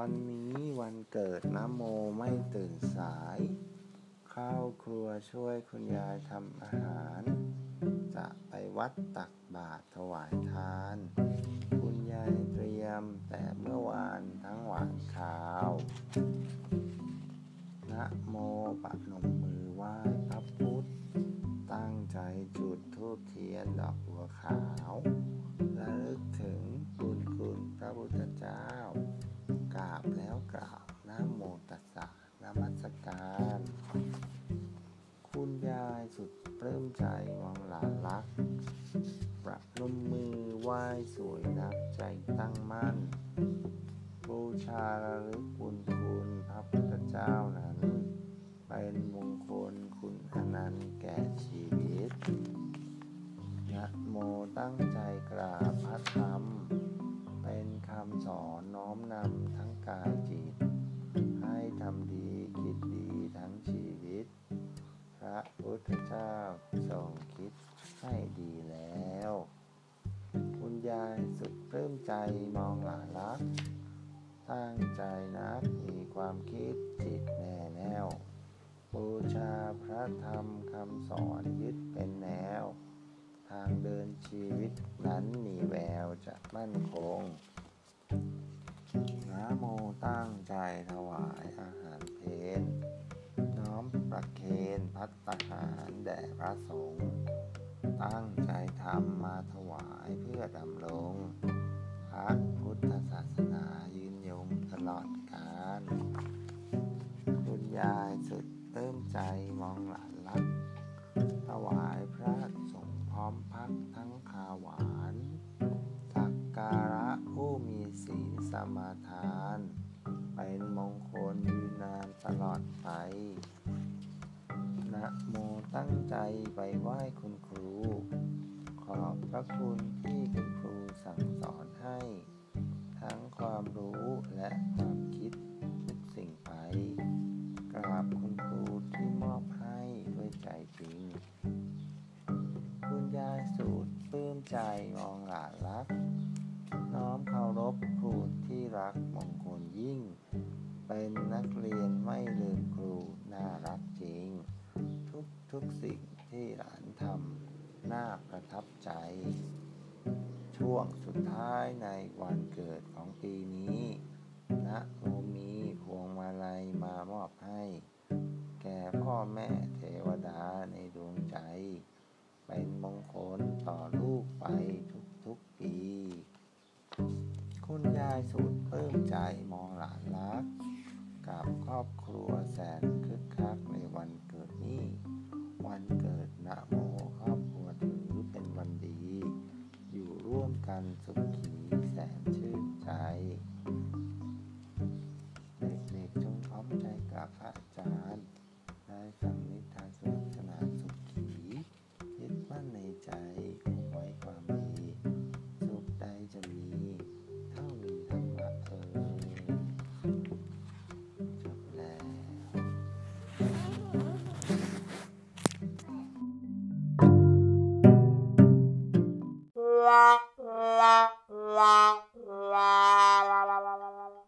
วันนี้วันเกิดนะโมไม่ตื่นสายเข้าครัวช่วยคุณยายทำอาหารจะไปวัดตักบาตรถวายทานคุณยายเตรียมแต่เมื่อวานทั้งหวานข้าวนะโมประนมมือไหว้พระพุทธตั้งใจจุดธูปเทียนดอกบัวขาวระลึกถึงบุญคุณพระพุทธเจ้ากราบแล้วกล่าวนะโมตัสสะนมัสการคุณยายสุดปลื้มใจมองหลานรักประนมมือไหว้สวยนักใจตั้งมั่นบูชาระลึกบุญคุณพระพุทธเจ้านั้นเป็นมงคลคุณอนันต์แก่ชีวิตนะโมตั้งใจกราบพระธรรมเป็นคำสอนน้อมนำทั้งกายจิตให้ทำดีคิดดีทั้งชีวิตพระพุทธเจ้าทรงคิดให้ดีแล้วคุณยายสุดปลื้มใจมองหลานรักตั้งใจนักมีความคิดจิตแน่แน่วบูชาพระธรรมคำสอนยึดเป็นแนวทางเดินชีวิตนั้นมีแววจะมั่นคงนะโมตั้งใจถวายอาหารเพลน้อมประเคนภัตตาหารแด่พระสงฆ์ตั้งใจทำมาถวายเพื่อดำรงพระพุทธศาสนายืนยงตลอดกาลคุณยายสุดปลื้มใจมองหลานรักถวายพระสงฆ์พร้อมพักทั้งข้าวหวานสักการะผู้มีศีลสมาทานเป็นมงคลยืนนานตลอดไปนะโมตั้งใจไปไหว้คุณครูขอบพระคุณที่คุณครูสั่งสอนให้ทั้งความรู้และความคิดทุกสิ่งไปกราบคุณครูที่มอบให้ด้วยใจจริงคุณยายสูดปลื้มใจมองหลานรักน้อมเคารพครูที่รักมงคลยิ่งเป็นนักเรียนไม่ลืมครูน่ารักจริงทุกสิ่งที่หลานทำน่าประทับใจช่วงสุดท้ายในวันเกิดของปีนี้นะโมมีพวงมาลัยมามอบให้แก่พ่อแม่เทวดาในดวงใจเป็นมงคลต่อลูกไปทุกปีคุณยายสุดปลื้มใจมองหลานรักกับครอบครัวแสนคึกคักในวันเกิดนี้วันเกิดนะโมครอบครัวถือเป็นวันดีอยู่ร่วมกันสุขีแสนชื่นใจเด็กๆจงพร้อมใจกับพระอาจารย์ได้ฟัง